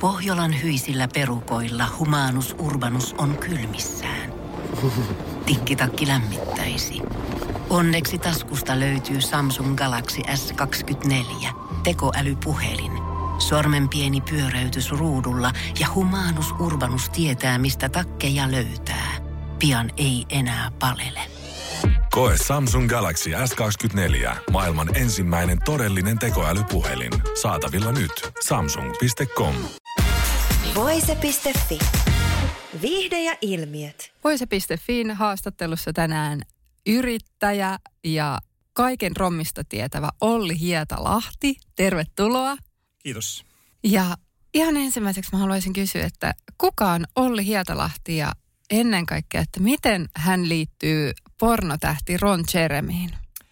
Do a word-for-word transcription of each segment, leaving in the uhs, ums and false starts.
Pohjolan hyisillä perukoilla Humanus Urbanus on kylmissään. Tikkitakki lämmittäisi. Onneksi taskusta löytyy Samsung Galaxy S kaksikymmentäneljä, tekoälypuhelin. Sormen pieni pyöräytys ruudulla ja Humanus Urbanus tietää, mistä takkeja löytää. Pian ei enää palele. Koe Samsung Galaxy S kaksikymmentäneljä, maailman ensimmäinen todellinen tekoälypuhelin. Saatavilla nyt. samsung piste com. Voise piste fi. Viihde ja ilmiöt. Voise piste fin haastattelussa tänään yrittäjä ja kaiken rommista tietävä Olli Hietalahti. Tervetuloa. Kiitos. Ja ihan ensimmäiseksi mä haluaisin kysyä, että kuka on Olli Hietalahti ja ennen kaikkea, että miten hän liittyy pornotähti Ron Jeremyin?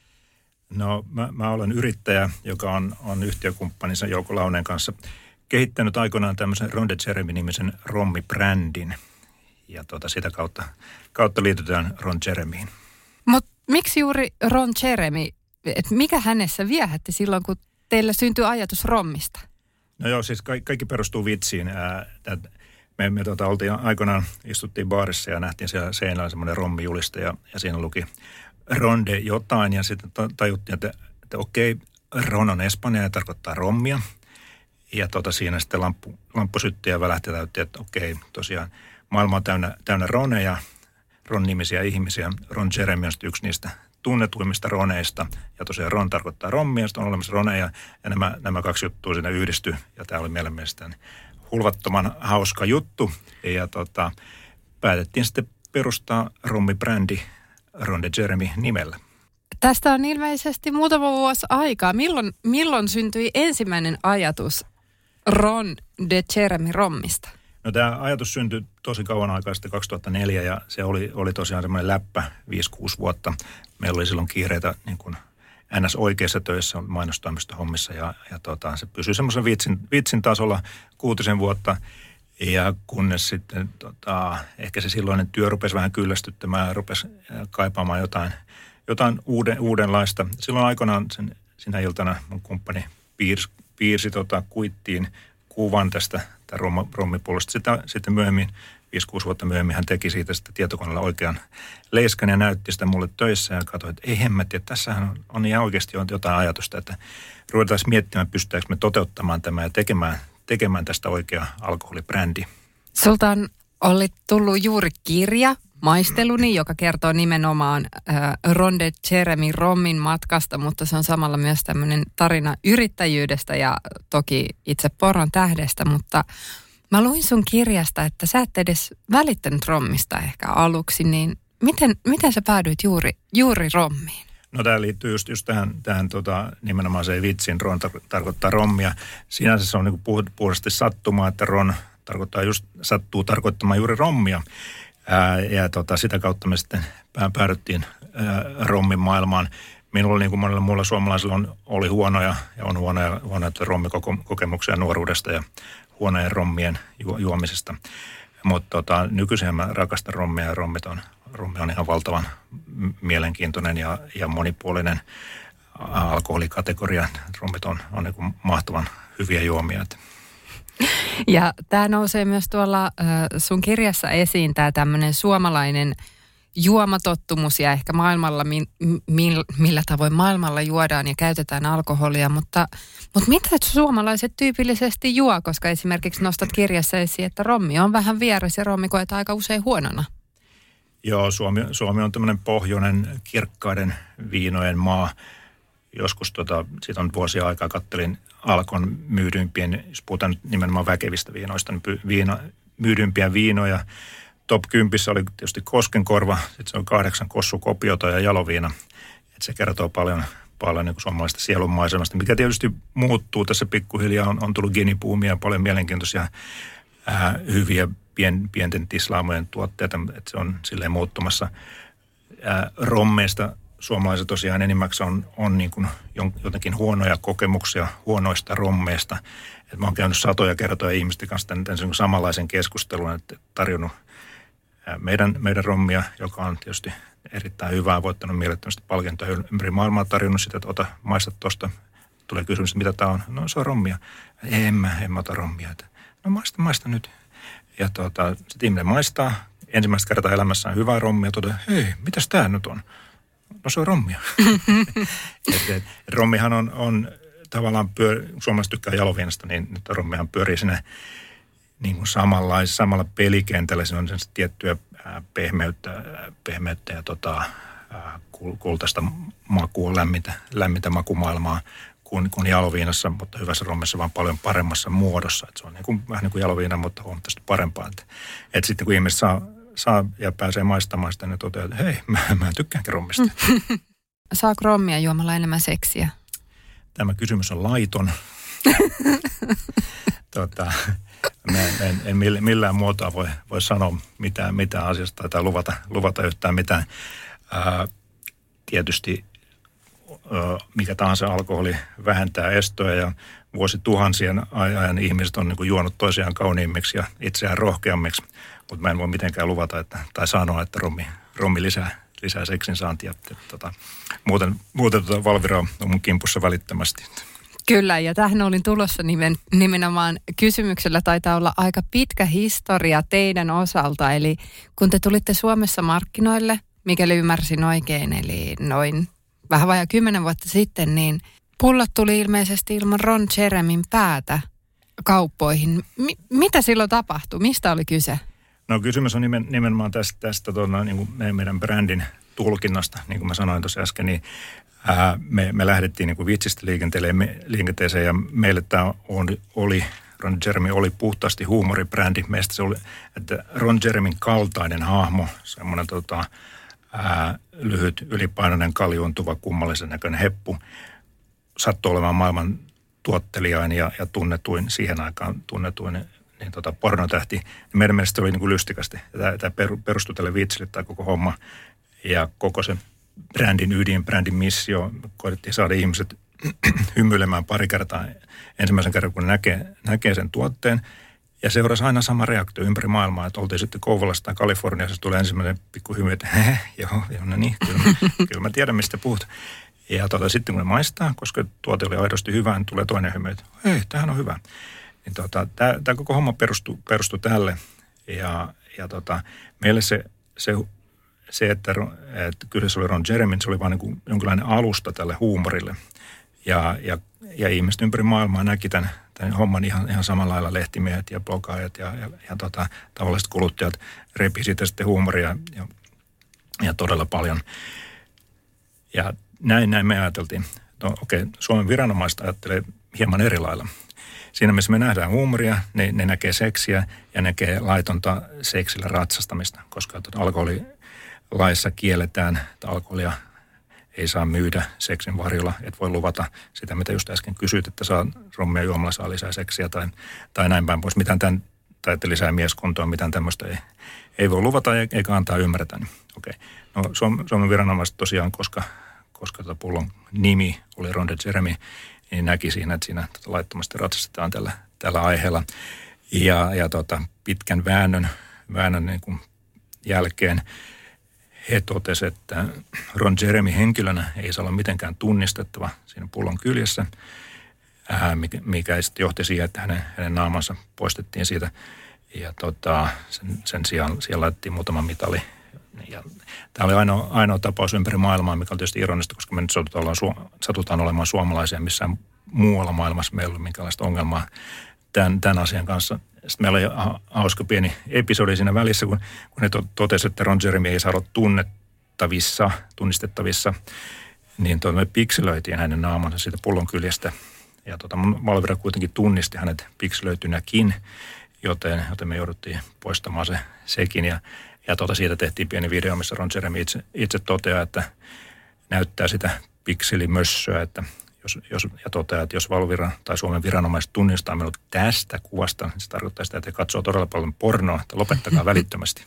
No mä, mä olen yrittäjä, joka on, on yhtiökumppaninsa Jouko Launeen kanssa kehittänyt aikoinaan tämmöisen Ron Jeremy-nimisen rommibrändin. Ja tuota, sitä kautta, kautta liitytään Ron Jeremyin. Mutta miksi juuri Ron Jeremy? Et mikä hänessä viehätti silloin, kun teillä syntyi ajatus rommista? No joo, siis kaikki, kaikki perustuu vitsiin. Ää, tät, me me tota, oltiin aikoinaan, istuttiin baarissa ja nähtiin siellä seinällä semmoinen rommijuliste ja, ja siinä luki Ronde jotain ja sitten tajuttiin, että, että okei, Ron on Espanja ja tarkoittaa rommia. Ja tota, siinä sitten lamppu, lamppu syttyi ja välähti ja täytti, että okei, tosiaan maailma on täynnä, täynnä Roneja, Ron-nimisiä ihmisiä. Ron Jeremy on yksi niistä tunnetuimmista Roneista. Ja tosiaan Ron tarkoittaa rommia, sitten on olemassa Roneja. Ja nämä, nämä kaksi juttua siinä yhdistyy. Ja tämä oli meidän mielestäni hulvattoman hauska juttu. Ja tota, päätettiin sitten perustaa rommibrändi Ron de Jeremy nimellä. Tästä on ilmeisesti muutama vuosi aikaa. Milloin, milloin syntyi ensimmäinen ajatus Ron de Jeremy rommista? No tämä ajatus syntyi tosi kauan aikaa sitten kaksituhattaneljä ja se oli, oli tosiaan semmoinen läppä viisi kuusi vuotta. Meillä oli silloin kiireitä niin kuin N S-oikeissa töissä mainostoimistohommissa ja, ja tota, se pysyi semmoisen vitsin, vitsin tasolla kuutisen vuotta. Ja kunnes sitten tota, ehkä se silloinen työ rupesi vähän kyllästyttämään ja rupesi kaipaamaan jotain, jotain uuden, uudenlaista. Silloin aikoinaan sen, sinä iltana mun kumppani piirsi, piirsi tota, kuittiin kuvan tästä rommipullosta. Sitä, sitten myöhemmin, viisi kuusi vuotta myöhemmin, hän teki siitä sitten tietokoneella oikean leiskan ja näytti sitä mulle töissä ja katsoi, että ei hemmetti, että tässähän on, on ihan oikeasti jotain ajatusta, että ruvetaan miettimään, pystytäänkö me toteuttamaan tämä ja tekemään, tekemään tästä oikea alkoholibrändi. Sulta on Olli tullut juuri kirja, Maisteluni, joka kertoo nimenomaan äh, Ron de Jeremy rommin matkasta, mutta se on samalla myös tämmöinen tarina yrittäjyydestä ja toki itse poron tähdestä, mutta mä luin sun kirjasta, että sä et edes välittänyt rommista ehkä aluksi, niin miten, miten sä päädyit juuri, juuri rommiin? No tämä liittyy just, just tähän, tähän tota, nimenomaan se vitsin, Ron tar- tarkoittaa rommia. Sinänsä se on niin kuin puhdasti sattumaa, että Ron tarkoittaa just, sattuu tarkoittamaan juuri rommia. Ää, ja tota, sitä kautta me sitten päädyttiin ää, rommin maailmaan. Minulla niin kuin monella muulla suomalaisilla on, oli huonoja ja on huonoja, huonoja rommikokemuksia nuoruudesta ja huonojen rommien ju, juomisesta. Mutta tota, nykyisin mä rakastan rommia ja rommit on, rommi on ihan valtavan mielenkiintoinen ja, ja monipuolinen alkoholikategoria. Rommit on, on niin kuin mahtavan hyviä juomia. Ja tämä nousee myös tuolla äh, sun kirjassa esiin, tämä tämmöinen suomalainen juomatottumus ja ehkä maailmalla, mi, mi, millä tavoin maailmalla juodaan ja käytetään alkoholia, mutta, mutta mitä suomalaiset tyypillisesti juo, koska esimerkiksi nostat kirjassa esiin, että rommi on vähän vieras ja rommi koetaan aika usein huonona. Joo, Suomi, Suomi on tämmöinen pohjoinen kirkkaiden viinojen maa. Joskus tota, siitä on vuosia aikaa kattelin Alkon myydyimpien, jos puhutaan nyt nimenomaan väkevistä viinoista, niin viino, myydympiä viinoja. Top kympissä oli tietysti Koskenkorva, sitten se on kahdeksan Kossu Kopiota ja Jaloviina. Et se kertoo paljon, paljon niin kuin suomalaista sielunmaisemasta, mikä tietysti muuttuu tässä pikkuhiljaa. On, on tullut ginipuumia ja paljon mielenkiintoisia ää, hyviä pien, pienten tislaamojen tuotteita, että se on silleen muuttumassa. Ää, rommeista suomalaiset tosiaan enimmäkseen on, on niin kuin jotenkin huonoja kokemuksia huonoista rommeista. Et mä oon käynyt satoja kertoja ihmisten kanssa tämän, tämän samanlaisen keskustelun, että tarjonnut meidän, meidän rommia, joka on tietysti erittäin hyvää, voittanut mielettömästi palkintoja ympäri maailmaa, tarjonnut sitä, että ota, maista tuosta. Tulee kysymys, että mitä tämä on? No se on rommia. En mä, en mä ota rommia. Että no maista, maista nyt. Ja tota, sitten ihminen maistaa ensimmäistä kertaa elämässään hyvää rommia ja toteaa, hei, mitäs tää nyt on? No se on rommia. et, et, rommihan on, on tavallaan, pyör, suomalaiset tykkää jaloviinasta, niin nyt rommihan pyörii siinä niin kuin samanlaisessa, samalla pelikentällä. Se on sen tiettyä ää, pehmeyttä, pehmeyttä ja tota, ää, kultaista makua, lämmintä, lämmintä makumaailmaa kuin, kuin jaloviinassa, mutta hyvässä rommissa vaan paljon paremmassa muodossa. Et se on niin kuin, vähän niin kuin jaloviina, mutta huomattavasti parempaa. Että et sitten kun ihmiset saa, saa ja pääsee maistamaan sitä, niin toteaa, että hei, mä, mä tykkäänkin rommista. Saako rommia juomalla enemmän seksiä? Tämä kysymys on laiton. tota, en, en, en millään muotoa voi, voi sanoa mitään, mitään asiasta tai luvata, luvata yhtään mitään. Ää, tietysti mikä tahansa alkoholi vähentää estoja ja vuosituhansien ajan ihmiset on niin kuin juonut toisiaan kauniimmiksi ja itseään rohkeammiksi, mutta mä en voi mitenkään luvata että, tai sanoa, että rommi, rommi lisää, lisää seksin saantia. Että, tota, muuten muuten tota Valvira on mun kimpussa välittömästi. Kyllä, ja tähän olin tulossa nimen, nimenomaan kysymyksellä taitaa olla aika pitkä historia teidän osalta, eli kun te tulitte Suomessa markkinoille, mikäli ymmärsin oikein, eli noin vähän vajaa kymmenen vuotta sitten, niin pullot tuli ilmeisesti ilman Ron Jeremyn päätä kauppoihin. Mi- mitä silloin tapahtui? Mistä oli kyse? No kysymys on nimen, nimenomaan tästä, tästä tuona, niin kuin meidän brändin tulkinnasta, niin kuin mä sanoin tuossa äsken, niin ää, me, me lähdettiin niin kuin vitsistä liikenteeseen ja meille tämä oli, oli, Ron Jeremy oli puhtaasti huumoribrändi. Meistä se oli, että Ron Jeremyn kaltainen hahmo, semmoinen tota, ää, lyhyt, ylipainoinen, kaljuuntuva, kummallisen näköinen heppu, sattui olemaan maailman tuottelijain ja, ja tunnetuin, siihen aikaan tunnetuin niin tota, pornotähti. Meidän mielestä se oli niin kuin lystikästi. Tämä, tämä perustui tälle vitsille tämä koko homma ja koko se brändin ydin, brändin missio. Koitettiin saada ihmiset hymyilemään pari kertaa ensimmäisen kerran, kun näkee, näkee sen tuotteen. Ja seurasi aina sama reaktio ympäri maailmaa, että oltiin sitten Kouvolassa tai Kaliforniassa, tulee ensimmäinen pikku hymy, että he, joo, joo, no niin, kyllä, kyllä mä tiedän, mistä puhut. Ja tota, sitten kun ne maistaa, koska tuote oli aidosti hyvä, niin tulee toinen hymy, että hei, tämähän on hyvä. Niin tota, tämä koko homma perustui, perustui tälle. Ja, ja tota, meille se, se, se että, että kyllä se oli Ron Jeremy, se oli vaan niin kuin jonkinlainen alusta tälle huumorille. Ja, ja, ja ihmiset ympäri maailmaa näki tämän, tämän homman ihan, ihan samalla lailla, lehtimiehet ja blogaajat ja, ja, ja tota, tavalliset kuluttajat repi siitä sitten huumoria ja, ja todella paljon. Ja näin, näin me ajateltiin. No okei, okay, Suomen viranomaiset ajattelee hieman eri lailla. Siinä missä me nähdään huumoria, ne, ne näkee seksiä ja näkee laitonta seksillä ratsastamista, koska alkoholilaissa kielletään, että alkoholia ei saa myydä seksin varjolla, et voi luvata sitä, mitä just äsken kysyit, että saa rommia juomalla, saa lisää seksiä tai, tai näin päin pois. Mitään tämän, tai että lisää mieskuntoa, mitään tämmöistä ei, ei voi luvata eikä antaa ymmärretä. Niin, okei. No Suomen, Suomen viranomaiset tosiaan, koska, koska tota pullon nimi oli Ron Jeremy, niin näki siinä, että siinä tota laittomasti ratsastetaan tällä, tällä aiheella. Ja, ja tota, pitkän väännön, väännön niin kuin jälkeen he totesivat, että Ron Jeremy henkilönä ei saa olla mitenkään tunnistettava siinä pullon kyljessä, mikä, mikä sitten johti siihen, että hänen, hänen naamansa poistettiin siitä. Ja tota, sen, sen sijaan siellä laitettiin muutama mitali. Ja tämä oli ainoa, ainoa tapaus ympäri maailmaa, mikä on tietysti ironista, koska me nyt satutaan, satutaan olemaan suomalaisia missään muualla maailmassa. Meillä ei ole minkäänlaista ongelmaa tämän, tämän asian kanssa. Sitten meillä oli hauska pieni episodi siinä välissä, kun, kun he totesivat, että Ron Jeremy ei saa olla tunnettavissa, tunnistettavissa, niin me pikselöitiin hänen naamansa siitä pullon kyljestä. Ja tota, Valvira kuitenkin tunnisti hänet pikselöitynäkin, joten, joten me jouduttiin poistamaan se sekin. Ja, ja tota, siitä tehtiin pieni video, missä Ron Jeremy itse, itse toteaa, että näyttää sitä pikselimössöä, että Jos, jos, ja toteaa, että jos Valvira tai Suomen viranomaiset tunnistaa minut tästä kuvasta, niin se tarkoittaa sitä, että he katsoo todella paljon pornoa, että lopettakaa välittömästi.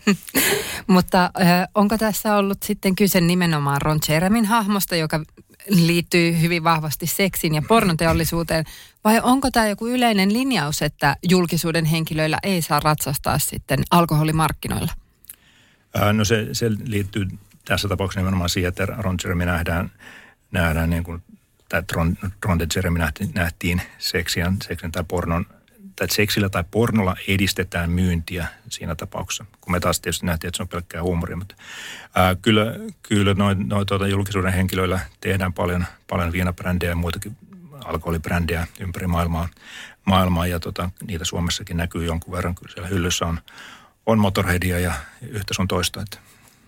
Mutta äh, onko tässä ollut sitten kyse nimenomaan Ron Jeremyn hahmosta, joka liittyy hyvin vahvasti seksin ja pornoteollisuuteen, vai onko tämä joku yleinen linjaus, että julkisuuden henkilöillä ei saa ratsastaa sitten alkoholimarkkinoilla? Äh, no se, se liittyy tässä tapauksessa nimenomaan siihen, että Ron Jeremy nähdään, nähdään niin kuin että Ron, Ron Jeremy nähtiin, nähtiin seksian, seksin tai pornon että seksillä tai pornolla edistetään myyntiä siinä tapauksessa. Kun me taas tietysti nähtiin, että se on pelkkää huumoria. Mutta ää, kyllä, kyllä noin noi, tuota, julkisuuden henkilöillä tehdään paljon, paljon viinabrändejä ja muitakin alkoholibrändejä ympäri maailmaa. maailmaa ja tota, niitä Suomessakin näkyy jonkun verran. Kyllä siellä hyllyssä on, on Motorheadia ja yhtä sun toista. Että.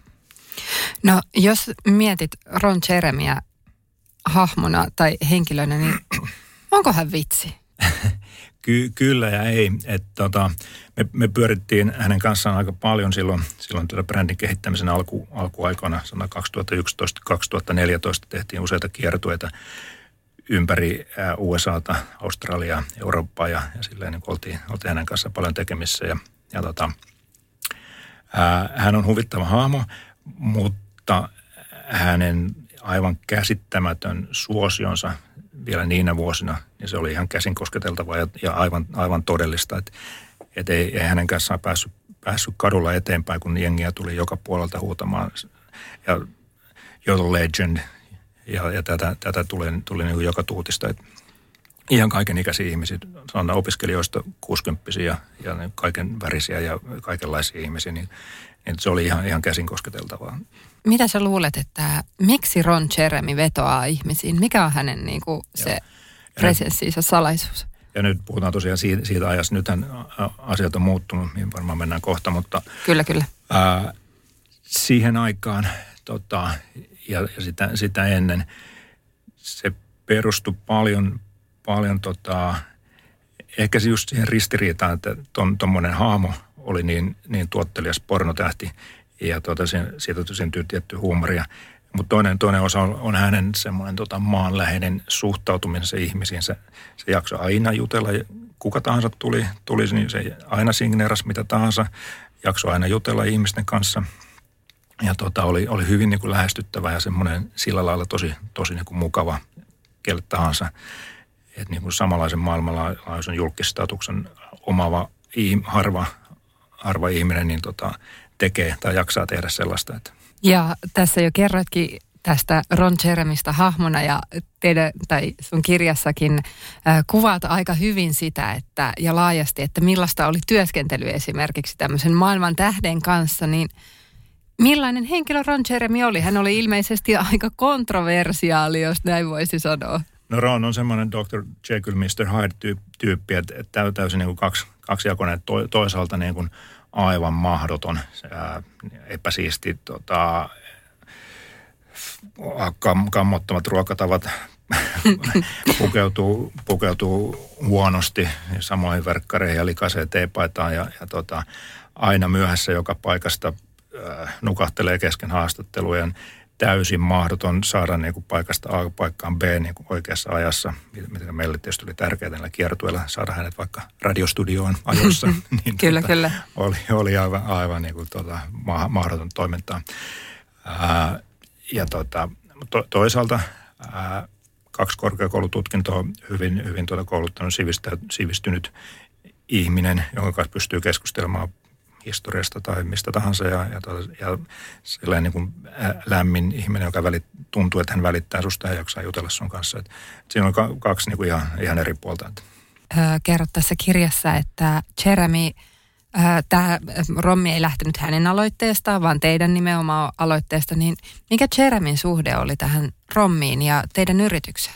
No jos mietit Ron Jeremyä hahmona tai henkilönä, niin onko hän vitsi? Ky- kyllä ja ei. Et, tota, me, me pyörittiin hänen kanssaan aika paljon silloin, silloin tuota brändin kehittämisen alku, alkuaikoina, sanotaan kaksituhattayksitoista kaksituhattaneljätoista tehtiin useita kiertueita ympäri U S A:ta, Australiaa, Eurooppaa ja, ja silleen niin oltiin, oltiin hänen kanssaan paljon tekemissä. Ja, ja tota, ää, hän on huvittava hahmo, mutta hänen aivan käsittämätön suosionsa vielä niinä vuosina, niin se oli ihan käsin kosketeltavaa ja, ja aivan, aivan todellista, että et ei, ei hänen kanssaan päässyt, päässyt kadulla eteenpäin, kun jengiä tuli joka puolelta huutamaan ja you're the legend ja, ja tätä, tätä tuli, tuli niin kuin joka tuutista. Et ihan kaikenikäisiä ihmisiä, sanotaan opiskelijoista kuusikymppisiä ja, ja kaiken värisiä ja kaikenlaisia ihmisiä, niin, niin se oli ihan, ihan käsin kosketeltavaa. Mitä sä luulet, että miksi Ron Jeremy vetoaa ihmisiin? Mikä on hänen niin kuin se presenssinsä salaisuus? Ja nyt puhutaan tosiaan siitä, siitä ajasta. Nythän asiat on muuttunut, mihin varmaan mennään kohta, mutta kyllä, kyllä. Ää, siihen aikaan tota, ja, ja sitä, sitä ennen se perustui paljon, paljon tota, ehkä se just siihen ristiriitaan, että tuommoinen hahmo oli niin, niin tuottelias pornotähti ja tota, siitä syntyy tiettyä huumoria. Mutta toinen, toinen osa on, on hänen semmoinen tota, maanläheinen suhtautumisensa ihmisiin. Se, se jaksoi aina jutella, kuka tahansa tuli, tuli, niin se aina signeerasi mitä tahansa. Jaksoi aina jutella ihmisten kanssa ja tota, oli, oli hyvin niin kuin lähestyttävä ja semmoinen sillä lailla tosi, tosi niin kuin mukava kelle tahansa. Että niin kuin samanlaisen maailmanlaajuisen julkistatuksen omaava harva, harva ihminen niin tota, tekee tai jaksaa tehdä sellaista, että ja tässä jo kerroitkin tästä Ron Jeremystä hahmona ja teidän, tai sun kirjassakin äh, kuvaat aika hyvin sitä että, ja laajasti, että millaista oli työskentely esimerkiksi tämmöisen maailman tähden kanssa, niin millainen henkilö Ron Jeremy oli? Hän oli ilmeisesti aika kontroversiaali, jos näin voisi sanoa. No Ron on semmoinen doktor Jekyll, mister Hyde-tyyppi, että, että täysin niin kuin kaksi, kaksijakoinen, to, toisaalta niin kuin aivan mahdoton, ää, epäsiisti, tota, kam, kammottavat ruokatavat, pukeutuu, pukeutuu huonosti, samoihin verkkareihin ja likaiseen teepaitaan ja, ja tota, aina myöhässä joka paikasta ää, nukahtelee kesken haastattelujen. Täysin mahdoton saada niin kuin paikasta A paikkaan B niin kuin oikeassa ajassa, mitä meille tietysti oli tärkeää näillä kiertueilla, saada hänet vaikka radiostudioon ajoissa. niin kyllä, tuota, kyllä. Oli, oli aivan, aivan niin kuin tuota, mahdoton toimintaa. Ää, ja tota, to, toisaalta ää, kaksi korkeakoulututkintoa, hyvin, hyvin tuota kouluttanut, sivistynyt ihminen, jonka kanssa pystyy keskustelemaan historiasta tai mistä tahansa ja, ja, ja sellainen niin kuin lämmin ihminen, joka välit, tuntuu, että hän välittää susta ja jaksaa jutella sun kanssa. Et siinä on ka, kaksi niin kuin ihan, ihan eri puolta. Kerrot tässä kirjassa, että Jeremy, tämä Rommi ei lähtenyt hänen aloitteestaan, vaan teidän nimenomaan aloitteesta, niin mikä Jeremyn suhde oli tähän Rommiin ja teidän yritykseen?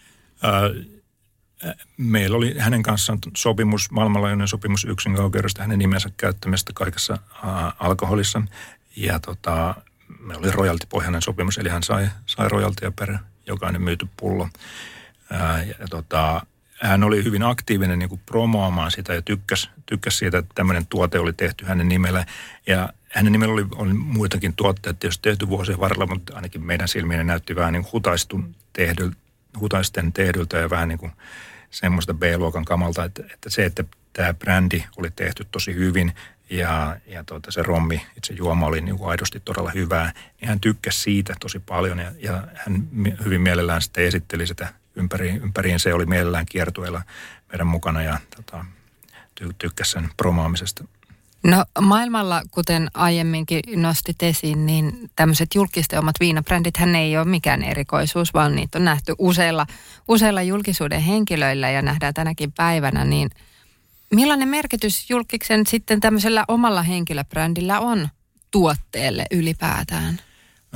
Äh, Meillä oli hänen kanssaan sopimus, maailmanlaajuinen sopimus yksinkäytöstä hänen nimensä käyttämistä kaikessa ää, alkoholissa. Ja tota, meillä oli royaltipohjainen sopimus, eli hän sai, sai royaltia per jokainen myyty pullo. Ää, ja tota, hän oli hyvin aktiivinen niin kuin promoamaan sitä ja tykkäsi, tykkäsi siitä, että tämmöinen tuote oli tehty hänen nimellä. Ja hänen nimellä oli, oli muitakin tuotteita tietysti tehty vuosien varrella, mutta ainakin meidän silmiin näytti vähän niin kuin hutaistun tehdyltä, hutaisten tehdyltä ja vähän niin kuin semmoista B-luokan kamalta, että, että se, että tämä brändi oli tehty tosi hyvin ja, ja tuota, se rommi, itse juoma oli niin kuin aidosti todella hyvää, niin hän tykkäsi siitä tosi paljon ja, ja hän hyvin mielellään sitten esitteli sitä ympäri, ympäriin. Se oli mielellään kiertueella meidän mukana ja tota, ty, tykkäsi sen promoamisesta. No maailmalla, kuten aiemminkin nostit esiin, niin tämmöiset julkisten omat viinabrändit, hän ei ole mikään erikoisuus, vaan niitä on nähty useilla, useilla julkisuuden henkilöillä ja nähdään tänäkin päivänä. Niin millainen merkitys Julkkiksen sitten tämmöisellä omalla henkilöbrändillä on tuotteelle ylipäätään? No,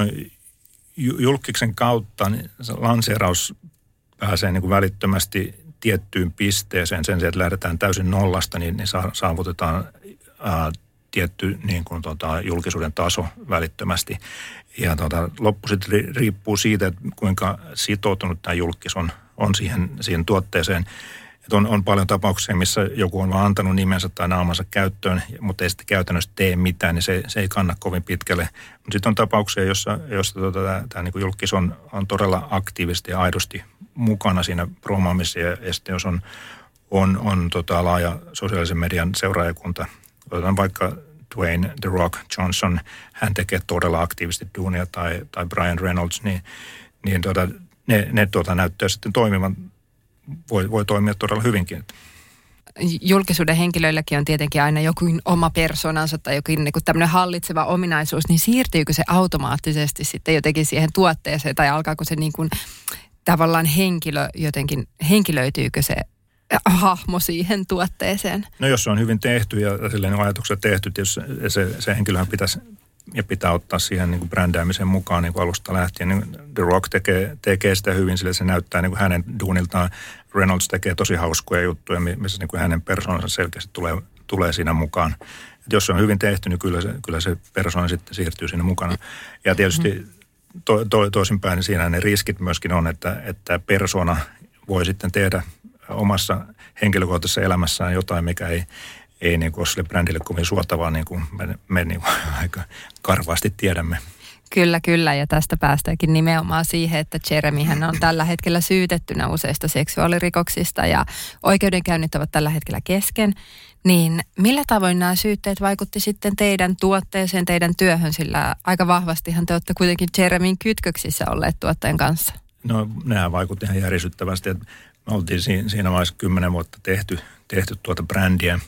Julkkiksen kautta niin lanseeraus pääsee niin kuin välittömästi tiettyyn pisteeseen. Sen sijaan, että lähdetään täysin nollasta, niin, niin saavutetaan ää, tietty niin kuin, tota, julkisuuden taso välittömästi. Ja tota, loppu sitten riippuu siitä, että kuinka sitoutunut tämä julkis on, on siihen, siihen tuotteeseen. Että on, on paljon tapauksia, missä joku on vaan antanut nimensä tai naamansa käyttöön, mutta ei sitten käytännössä tee mitään, niin se, se ei kanna kovin pitkälle. Mutta sitten on tapauksia, jossa, jossa tota, tämä, tämä niin kuin julkis on, on todella aktiivisesti ja aidosti mukana siinä proomaamisessa. Ja, ja sitten jos on, on, on tota, laaja sosiaalisen median seuraajakunta, otetaan vaikka Dwayne The Rock Johnson, hän tekee todella aktiivisesti duunia, tai, tai Brian Reynolds, niin, niin tota, ne, ne tota, näyttää sitten toimivan. Voi, voi toimia todella hyvinkin. Julkisuuden henkilöilläkin on tietenkin aina joku oma persoonansa tai jokin niin kuin tämmöinen hallitseva ominaisuus, niin siirtyykö se automaattisesti sitten jotenkin siihen tuotteeseen tai alkaako se niin kuin tavallaan henkilö jotenkin, henkilöityykö se hahmo siihen tuotteeseen? No jos se on hyvin tehty ja silleen ajatuksella tehty, jos se, se henkilöhän pitäisi ja pitää ottaa siihen niin kuin brändäämisen mukaan niin kuin alusta lähtien. Niin The Rock tekee, tekee sitä hyvin, sillä se näyttää niin kuin hänen duuniltaan. Reynolds tekee tosi hauskoja juttuja, missä niin kuin hänen persoonansa selkeästi tulee, tulee siinä mukaan. Et jos se on hyvin tehty, niin kyllä se, kyllä se persoona sitten siirtyy siinä mukana. Ja tietysti to, to, toisinpäin niin siinä ne riskit myöskin on, että, että persona voi sitten tehdä omassa henkilökohtaisessa elämässään jotain, mikä ei ei niin kuin ole sille brändille kovin suotavaa, niin kuin me, me niin kuin aika karvaasti tiedämme. Kyllä, kyllä. Ja tästä päästäänkin nimenomaan siihen, että Jeremyhän on tällä hetkellä syytettynä useista seksuaalirikoksista ja oikeudenkäynnit ovat tällä hetkellä kesken. Niin millä tavoin nämä syytteet vaikutti sitten teidän tuotteeseen, teidän työhön, sillä aika vahvastihan te olette kuitenkin Jeremyn kytköksissä olleet tuotteen kanssa? No nehän vaikutti ihan järisyttävästi. Me oltiin siinä vaiheessa kymmenen vuotta tehty, tehty tuota brändiä.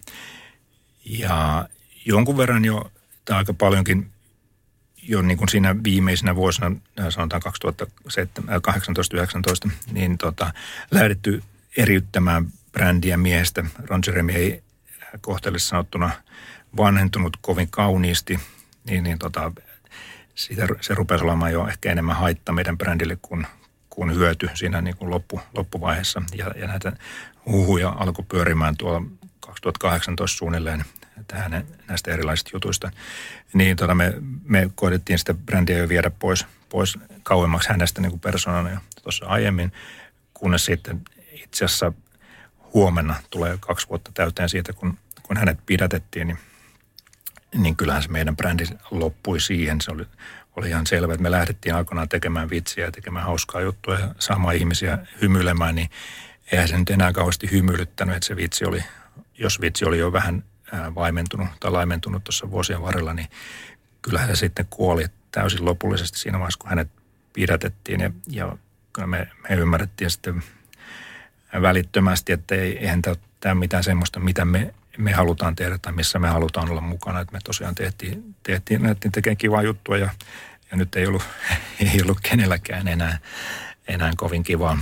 Ja jonkun verran jo, tai aika paljonkin jo niin kuin siinä viimeisinä vuosina, sanotaan kaksituhattakahdeksantoista yhdeksäntoista, niin tota, lähdetty eriyttämään brändiä miehestä. Ron Jeremy ei kohteellisesti sanottuna vanhentunut kovin kauniisti, niin, niin tota, siitä, se rupesi olemaan jo ehkä enemmän haitta meidän brändille kuin, kuin hyöty siinä niin kuin loppu, loppuvaiheessa. Ja, ja näitä huhuja alkoi pyörimään tuolla kaksituhattakahdeksantoista suunnilleen tähän näistä erilaisista jutuista. Niin tota me, me koitettiin sitä brändiä jo viedä pois, pois kauemmaksi hänestä niin kuin persoonana jo tuossa aiemmin, kunnes sitten itse asiassa huomenna tulee kaksi vuotta täyteen siitä, kun, kun hänet pidätettiin, niin, niin kyllähän se meidän brändi loppui siihen. Se oli, oli ihan selvä, että me lähdettiin aikoinaan tekemään vitsiä ja tekemään hauskaa juttua ja saamaan ihmisiä hymyilemään, niin eihän se nyt enää kauheasti hymyilyttänyt, että se vitsi oli, jos vitsi oli jo vähän vaimentunut tai laimentunut tuossa vuosien varrella, niin kyllähän se sitten kuoli täysin lopullisesti siinä vaiheessa, kun hänet pidätettiin. Ja, ja kyllä me, me ymmärrettiin sitten välittömästi, että ei, eihän tämä mitään semmoista, mitä me, me halutaan tehdä tai missä me halutaan olla mukana. Että me tosiaan tehtiin, tehtiin näyttiin tekemään kivaa juttua ja, ja nyt ei ollut, ei ollut kenelläkään enää, enää kovin kivaa.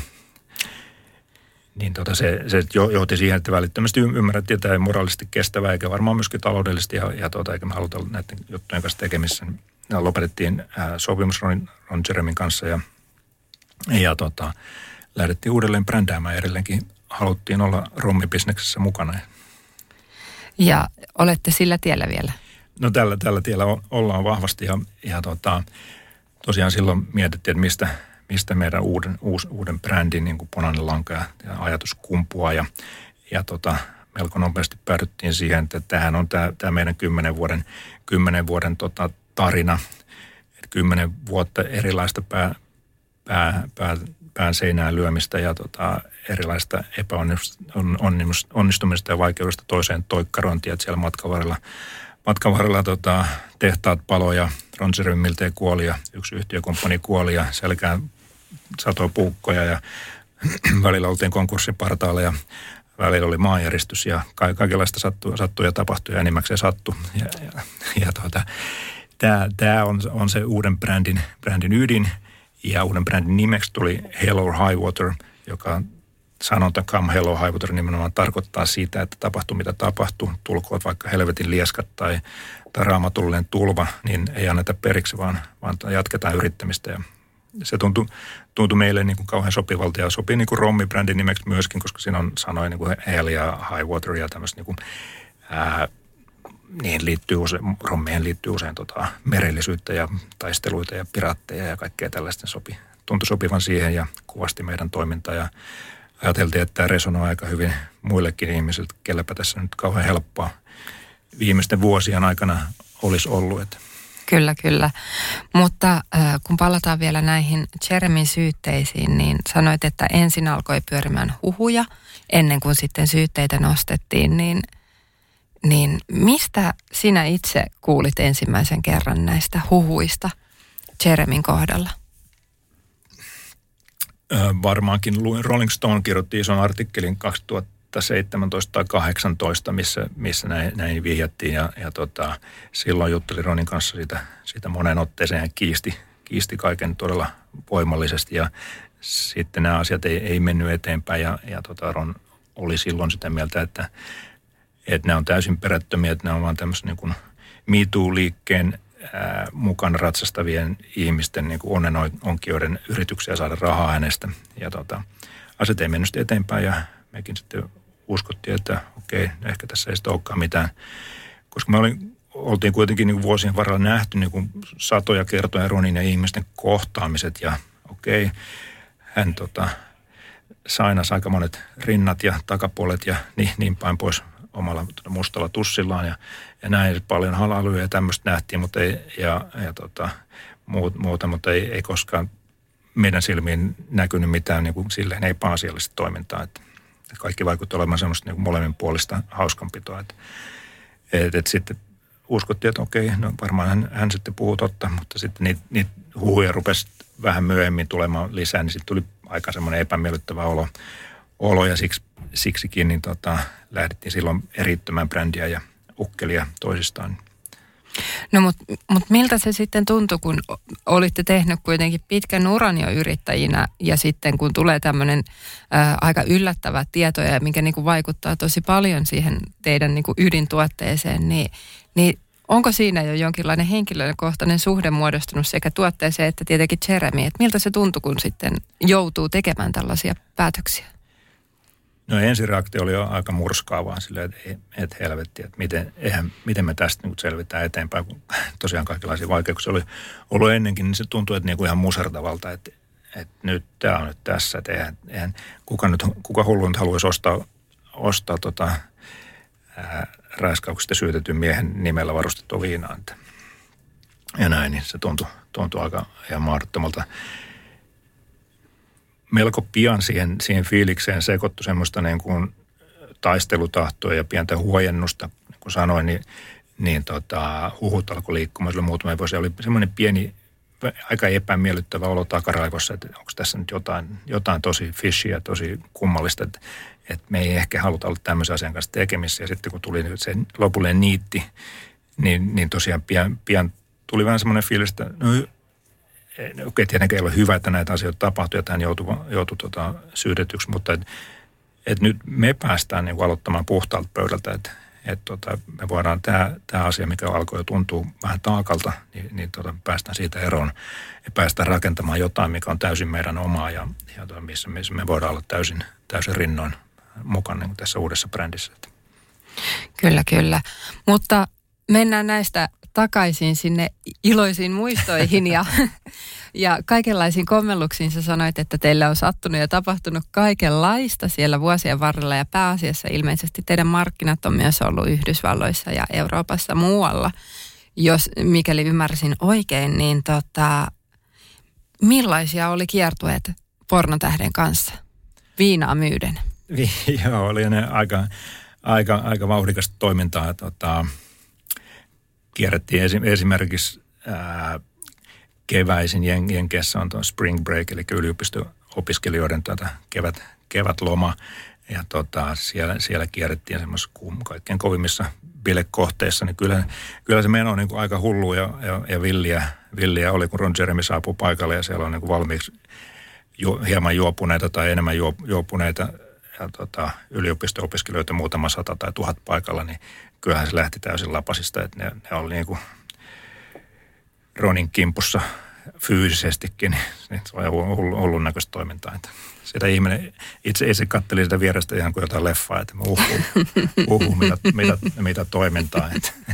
Niin tota se, se johti siihen, että välittömästi ymmärrettiin, että tämä ei moraalisesti kestävää, eikä varmaan myöskin taloudellisesti, ja, ja tuota, eikä me haluta näiden juttujen kanssa tekemissä. Ja lopetettiin ää, sopimus Ron, Ron Jeremyn kanssa, ja, ja tota, lähdettiin uudelleen brändäämään, ja edelleenkin haluttiin olla rommibisneksessä mukana. Ja olette sillä tiellä vielä? No tällä, tällä tiellä ollaan vahvasti, ja, ja tota, tosiaan silloin mietittiin, että mistä... mistä meidän uuden, uus, uuden brändin niin kuin punainen lanka ja, ja ajatus kumpuaa. Ja, ja tota, melko nopeasti päädyttiin siihen, että tämähän on tämä, tämä meidän kymmenen vuoden, kymmenen vuoden tota, tarina. Että kymmenen vuotta erilaista pää, pää, pää, pään seinään lyömistä ja tota, erilaista epäonnistumista ja vaikeudesta toiseen toikkarointia. Että siellä matkan varrella, matkan varrella tota, tehtaat paloja, Ron Jeremy miltei kuoli ja yksi yhtiökumppani kuoli ja selkään satoi puukkoja ja välillä oltiin konkurssipartaalla ja välillä oli maanjäristys ja ka- kaikenlaista sattui, sattui ja tapahtui ja enimmäkseen sattui. Ja, ja, ja tuota, tämä on, on se uuden brändin, brändin ydin ja uuden brändin nimeksi tuli Hell or High Water, joka sanonta come hello high water nimenomaan tarkoittaa sitä, että tapahtuu mitä tapahtuu. Tulkoot vaikka helvetin lieskat tai, tai raamatullinen tulva, niin ei anneta periksi, vaan, vaan jatketaan yrittämistä. Ja se tuntui, tuntui meille niin kuin kauhean sopivalta ja sopii niin kuin Rommi-brändin nimeksi myöskin, koska siinä on sanoja niin kuin hell ja high water ja tämmöistä niin kuin, ää, niihin liittyy usein, Rommiin liittyy usein tota, merellisyyttä ja taisteluita ja piraatteja ja kaikkea tällaista sopi. Tuntui sopivan siihen ja kuvasti meidän toimintaa ja ajateltiin, että tämä resonoi aika hyvin muillekin ihmisiltä, kelläpä tässä nyt kauhean helppoa viimeisten vuosien aikana olisi ollut. Että. Kyllä, kyllä. Mutta äh, kun palataan vielä näihin Jeremyn syytteisiin, niin sanoit, että ensin alkoi pyörimään huhuja ennen kuin sitten syytteitä nostettiin, niin, niin mistä sinä itse kuulit ensimmäisen kerran näistä huhuista Jeremyn kohdalla? Varmaankin luin, Rolling Stone kirjoitti ison artikkelin kaksituhattaseitsemäntoista tai kahdeksantoista, missä, missä näin, näin vihjattiin ja, ja tota, silloin juttelin Ronin kanssa siitä, siitä monen otteeseen. Hän kiisti, kiisti kaiken todella voimallisesti ja sitten nämä asiat ei, ei mennyt eteenpäin ja, ja tota, Ron oli silloin sitä mieltä, että, että nämä on täysin perättömiä, että nämä on vaan tämmöisen niin kuin Me Too-liikkeen Ää, mukana ratsastavien ihmisten niin kuin onnenonkijoiden yrityksiä saada rahaa hänestä. Ja tota, asiat ei mennyt eteenpäin ja mekin sitten uskottiin, että okei, ehkä tässä ei sitten olekaan mitään. Koska me oli, oltiin kuitenkin niin kuin vuosien varrella nähty niin kuin satoja kertoja Ronin ja ihmisten kohtaamiset ja okei, hän tota, sainasi aika monet rinnat ja takapuolet ja niin, niin päin pois omalla mustalla tussillaan ja, ja näin paljon halailuja ja tämmöistä nähtiin, mutta ei, ja, ja tota, muuta, mutta ei, ei koskaan meidän silmiin näkynyt mitään niin kuin silleen epäasiallista toimintaa. Että, että kaikki vaikutti olemaan semmoista niin kuin molemminpuolista hauskanpitoa. Että, että, että sitten uskottiin, että okei, no varmaan hän, hän sitten puhuu totta, mutta sitten niitä, niitä huhuja rupesi vähän myöhemmin tulemaan lisää, niin sitten tuli aika semmoinen epämiellyttävä olo, olo ja siksi Siksikin niin tota, lähdettiin silloin erittämään brändiä ja ukkelia toisistaan. No mutta mut miltä se sitten tuntui, kun olitte tehnyt kuitenkin pitkän uran jo yrittäjinä ja sitten kun tulee tämmöinen ää, aika yllättävä tietoja, mikä niinku vaikuttaa tosi paljon siihen teidän niinku ydintuotteeseen, niin, niin onko siinä jo jonkinlainen henkilökohtainen suhde muodostunut sekä tuotteeseen että tietenkin Jeremy? Et miltä se tuntui, kun sitten joutuu tekemään tällaisia päätöksiä? No ensireaktio oli jo aika murskaavaa silleen, että, että helvetti, että miten, eihän, miten me tästä niin selvitään eteenpäin, kun tosiaan kaikenlaisia vaikeuksia oli ollut ennenkin, niin se tuntui että niin kuin ihan musertavalta, että, että nyt tämä on nyt tässä, että eihän, eihän kuka, nyt, kuka hullu nyt haluaisi ostaa, ostaa tota, ää, raiskauksesta syytetyn miehen nimellä varustettua viinaa. Että, ja näin, niin se tuntui, tuntui aika ihan mahdottomalta. Melko pian siihen, siihen fiilikseen sekoittui semmoista niin kuin taistelutahtoa ja pientä huojennusta, niin kuin sanoin, niin, niin tota, huhut alkoi liikkumaan silloin muutama vuosi. Oli semmoinen pieni, aika epämiellyttävä olo takaraivossa, että onko tässä nyt jotain, jotain tosi fishyä, tosi kummallista, että, että me ei ehkä haluta olla tämmöisen asian kanssa tekemissä. Ja sitten kun tuli se lopullinen niitti, niin, niin tosiaan pian, pian tuli vähän semmoinen fiilis, että no, okei, tietenkään ei ole hyvä, että näitä asioita tapahtuu, että hän joutui, joutui tota, syydetyksi, mutta et, et nyt me päästään niin kuin aloittamaan puhtaalta pöydältä, että et, tota, me voidaan tämä asia, mikä alkoi jo tuntua vähän taakalta, niin, niin tota, me päästään siitä eroon ja päästään rakentamaan jotain, mikä on täysin meidän omaa ja, ja missä, missä me voidaan olla täysin, täysin rinnoin mukana niin kuin tässä uudessa brändissä. Kyllä, kyllä. Mutta mennään näistä takaisin sinne iloisiin muistoihin ja, ja kaikenlaisiin kommelluksiin. Sä sanoit, että teille on sattunut ja tapahtunut kaikenlaista siellä vuosien varrella ja pääasiassa ilmeisesti teidän markkinat on myös ollut Yhdysvalloissa ja Euroopassa muualla. Jos mikäli ymmärsin oikein, niin tota, millaisia oli kiertueet pornotähden kanssa viinaa myyden? Joo, oli ne aika, aika, aika vauhdikasta toimintaa. Tota, kierrettiin esimerkiksi ää, keväisin Jen, Jenkeissä on tuo spring break, eli yliopisto-opiskelijoiden tuota kevät, kevätloma. Ja tota, siellä, siellä kierrettiin semmoisessa kaikkein kovimmissa bilekohteissa, niin kyllä, kyllä se meno on niin kuin aika hullu ja, ja, ja villiä, villiä oli, kun Ron Jeremy saapui paikalle ja siellä on niin kuin valmiiksi ju, hieman juopuneita tai enemmän juopuneita ja tota, yliopisto-opiskelijoita muutama sata tai tuhat paikalla, niin kyllähän se lähti täysin lapasista, että ne, ne oli niin kuin Ronin kimpussa fyysisestikin, niin se oli hullun näköistä toimintaa. Että sitä ihminen itse, itse katteli sitä vierestä ihan kuin jotain leffaa, että uhu, uhu mitä, mitä, mitä toimintaa.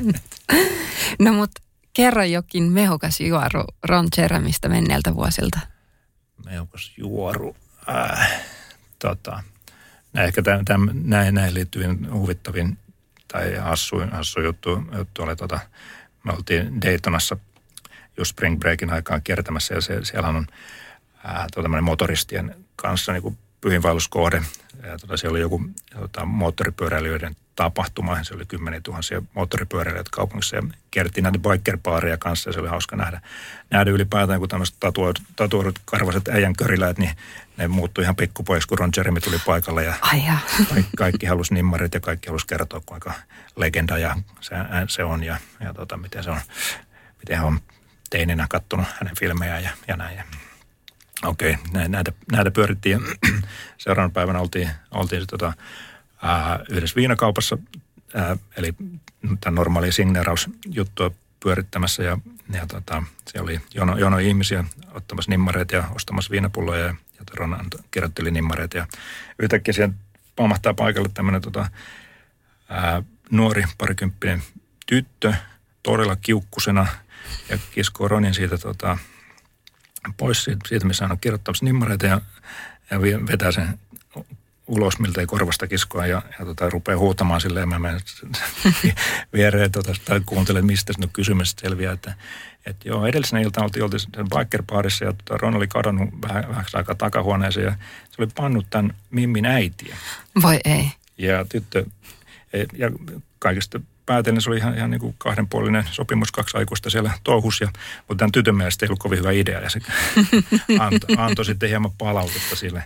No mutta kerro jokin mehukas juoru Ron Jeremystä menneeltä vuosilta. Mehukas juoru. Äh, tota, ehkä täm, täm, näihin, näihin liittyviin huvittaviin tai hassuin, hassu juttu, juttu oli, tota, me oltiin Daytonassa just Spring Breakin aikaan kiertämässä ja se, siellä on ää, tota, motoristien kanssa niin kuin pyhinvaelluskohde. Ja, tota, siellä oli joku tota, moottoripyöräilijöiden tapahtuma. Se oli kymmeniä tuhansia moottoripyöräilijöitä kaupungissa ja kierrettiin näitä biker-baaria kanssa ja se oli hauska nähdä, nähdä ylipäätään, kun tämmöiset tatuoidut karvaset äijänköriläät, niin ne muuttui ihan pikkupoiksi, kun Ron Jeremy tuli paikalle ja kaikki, kaikki halusi nimmarit ja kaikki halusi kertoa, kuinka legenda ja se, se on ja, ja tota, miten se on, miten hän on teininä kattonut hänen filmejään ja, ja näin. Ja okei, okay, näitä, näitä pyörittiin ja seuraavana päivänä oltiin, oltiin tota, ää, yhdessä viinakaupassa, ää, eli tämän normaalia signeerausjuttua pyörittämässä ja, ja tota, siellä oli jono, jono ihmisiä ottamassa nimmareita ja ostamassa viinapulloja ja, ja Ron kirjoitteli nimmareita ja yhtäkkiä siellä pamahtaa paikalle tämmöinen tota, ää, nuori parikymppinen tyttö, todella kiukkusena ja kiskoo Ronin siitä tota, pois siitä, siitä, missä hän on kirjoittamassa nimmareita ja, ja vetää sen ulos, miltä ei korvasta kiskoa ja, ja tota, rupeaa huutamaan silleen. Mä menen viereen tota, tai kuuntelen, mistä sinun kysymys selviää, että et joo, edellisenä iltana oltiin, oltiin sen biker-baarissa ja tota, Ron oli kadonnut vähän, vähän aikaa takahuoneeseen ja se oli pannut tämän Mimmin äitiä. Voi ei. Ja tyttö, ja kaikista päätellen se oli ihan, ihan niin kuin kahdenpuolinen sopimus, kaksi aikuista siellä touhus, ja, mutta tämän tytön mielestä ei ollut kovin hyvä idea, ja se antoi, antoi sitten hieman palautetta sille.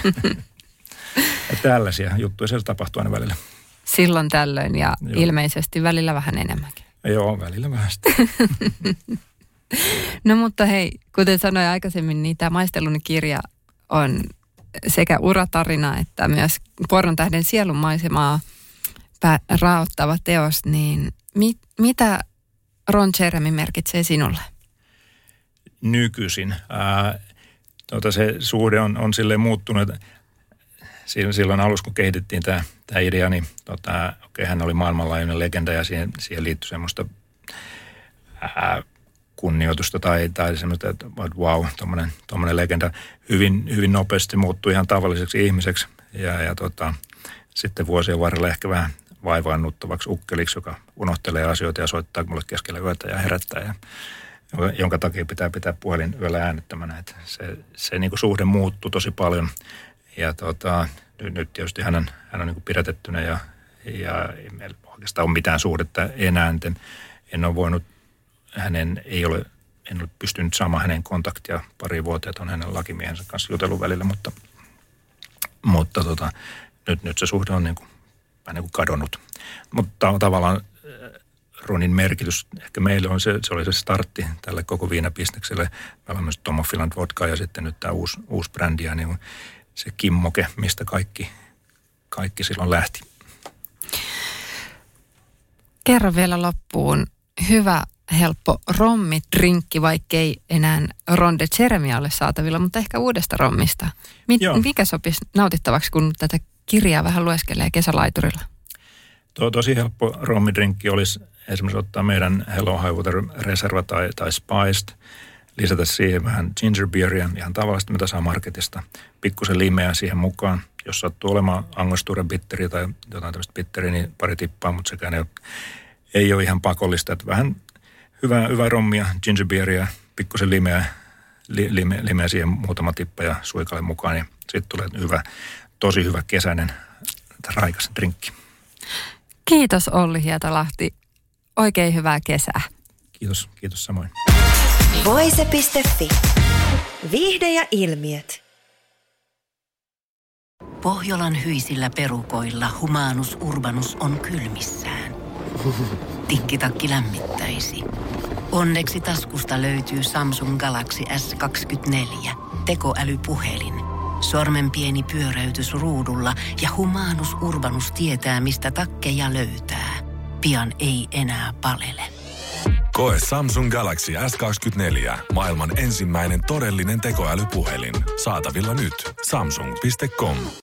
Ja tällaisia juttuja siellä tapahtui aina välillä. Silloin tällöin, ja Joo. ilmeisesti välillä vähän enemmänkin. Joo, välillä vähän sitten. No mutta hei, kuten sanoin aikaisemmin, niin tämä Maisteluni kirja on sekä uratarina, että myös Pornon tähden sielun maisemaa raottava teos, niin mit, mitä Ron Jeremy merkitsee sinulle? Nykyisin. Ää, tuota, se suhde on, on silleen muuttunut. Silloin alussa, kun kehitettiin tämä, tämä idea, niin tota, okay, hän oli maailmanlaajuinen legenda ja siihen, siihen liittyi semmoista ää, kunnioitusta tai, tai semmoista, että wow, tommoinen, tommoinen legenda. Hyvin, hyvin nopeasti muuttui ihan tavalliseksi ihmiseksi ja, ja tota, sitten vuosien varrella ehkä vähän vaivaannuttavaksi ukkeliksi, joka unohtelee asioita ja soittaa mulle keskellä yötä ja herättää, ja, jonka takia pitää pitää puhelin yöllä äänettämänä. Että se se niin kuin suhde muuttui tosi paljon ja tota, nyt tietysti hän on, hän on niin kuin pidätettynä ja, ja ei meillä oikeastaan ole mitään suhdetta enää. En ole voinut, hänen ei ole, en ole pystynyt saamaan hänen kontaktia pari vuotta, että on hänen lakimiehensä kanssa jutellut välillä, mutta, mutta tota, nyt, nyt se suhde on niin kuin vähän niin kuin kadonnut. Mutta tavallaan Ronin merkitys ehkä meille on se, se oli se startti tälle koko viinabisnekselle. Meillä on myös Tom of Finland vodka ja sitten nyt tämä uusi, uusi brändi ja niin se kimmoke, mistä kaikki, kaikki silloin lähti. Kerro vielä loppuun hyvä, helppo rommidrinkki, vaikkei enää Ron de Jeremy ole saatavilla, mutta ehkä uudesta rommista. Mit, mikä sopisi nautittavaksi, kun tätä kirjaa vähän lueskelee kesälaiturilla? Tuo tosi helppo rommidrinkki olisi esimerkiksi ottaa meidän Hello High Water Reserva tai, tai Spiced, lisätä siihen vähän ginger beeria, ihan tavallista, mitä saa marketista, pikkusen limeä siihen mukaan. Jos sattuu olemaan angostura bitteri tai jotain tämmöistä bitteriä, niin pari tippaa, mutta sekään ei ole, ei ole ihan pakollista. Että vähän hyvää, hyvää rommia, ginger beeria, pikkusen limeä, li, lime, limeä siihen muutama tippa ja suikalle mukaan, niin sitten tulee hyvä, tosi hyvä kesäinen raikas drinkki. Kiitos Olli Hietalahti. Oikein hyvää kesää. Kiitos, kiitos samoin. Voise piste fi. Viihde ja ilmiöt. Pohjolan hyisillä perukoilla Humanus Urbanus on kylmissään. Tikkitakki lämmittäisi. Onneksi taskusta löytyy Samsung Galaxy S kaksikymmentäneljä, tekoälypuhelin. Sormen pieni pyöräytys ruudulla ja Humanus Urbanus tietää, mistä takkeja löytää. Pian ei enää palele. Koe Samsung Galaxy S kaksikymmentäneljä. Maailman ensimmäinen todellinen tekoälypuhelin. Saatavilla nyt. Samsung piste com.